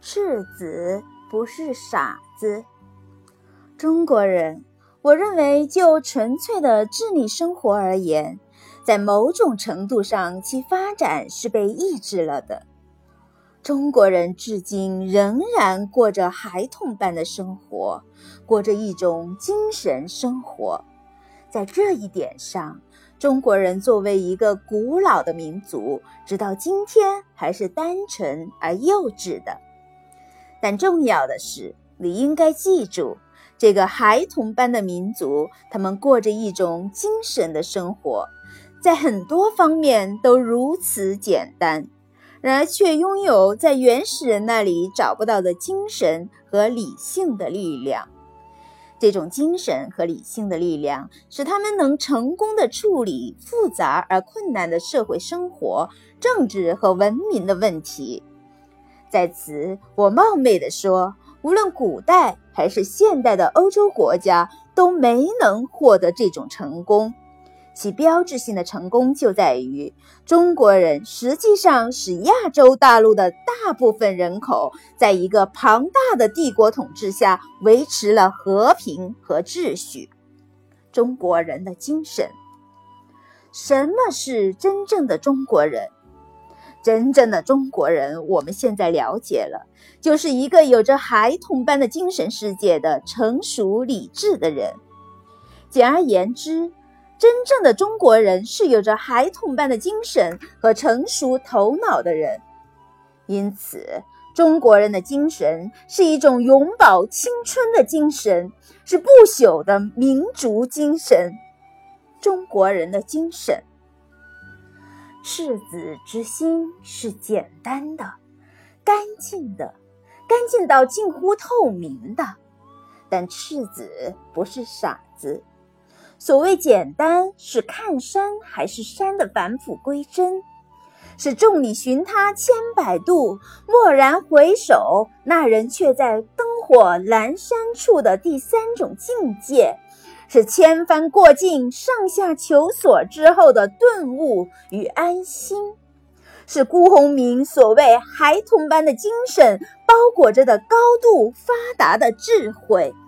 赤子不是傻子。中国人，我认为就纯粹的智力生活而言，在某种程度上其发展是被抑制了的。中国人至今仍然过着孩童般的生活，过着一种精神生活。在这一点上，中国人作为一个古老的民族，直到今天还是单纯而幼稚的。但重要的是，你应该记住，这个孩童般的民族，他们过着一种精神的生活，在很多方面都如此简单，然而却拥有在原始人那里找不到的精神和理性的力量。这种精神和理性的力量使他们能成功地处理复杂而困难的社会生活、政治和文明的问题。在此，我冒昧地说，无论古代还是现代的欧洲国家都没能获得这种成功。其标志性的成功就在于，中国人实际上使亚洲大陆的大部分人口在一个庞大的帝国统治下维持了和平和秩序。中国人的精神。什么是真正的中国人？真正的中国人，我们现在了解了，就是一个有着孩童般的精神世界的成熟理智的人。简而言之，真正的中国人是有着孩童般的精神和成熟头脑的人。因此，中国人的精神是一种永葆青春的精神，是不朽的民族精神。中国人的精神。赤子之心是简单的、干净的，干净到近乎透明的。但赤子不是傻子。所谓简单，是看山还是山的返璞归真，是众里寻他千百度，蓦然回首，那人却在灯火阑珊处的第三种境界，是千帆过尽，上下求索之后的顿悟与安心，是辜鸿铭所谓孩童般的精神包裹着的高度发达的智慧。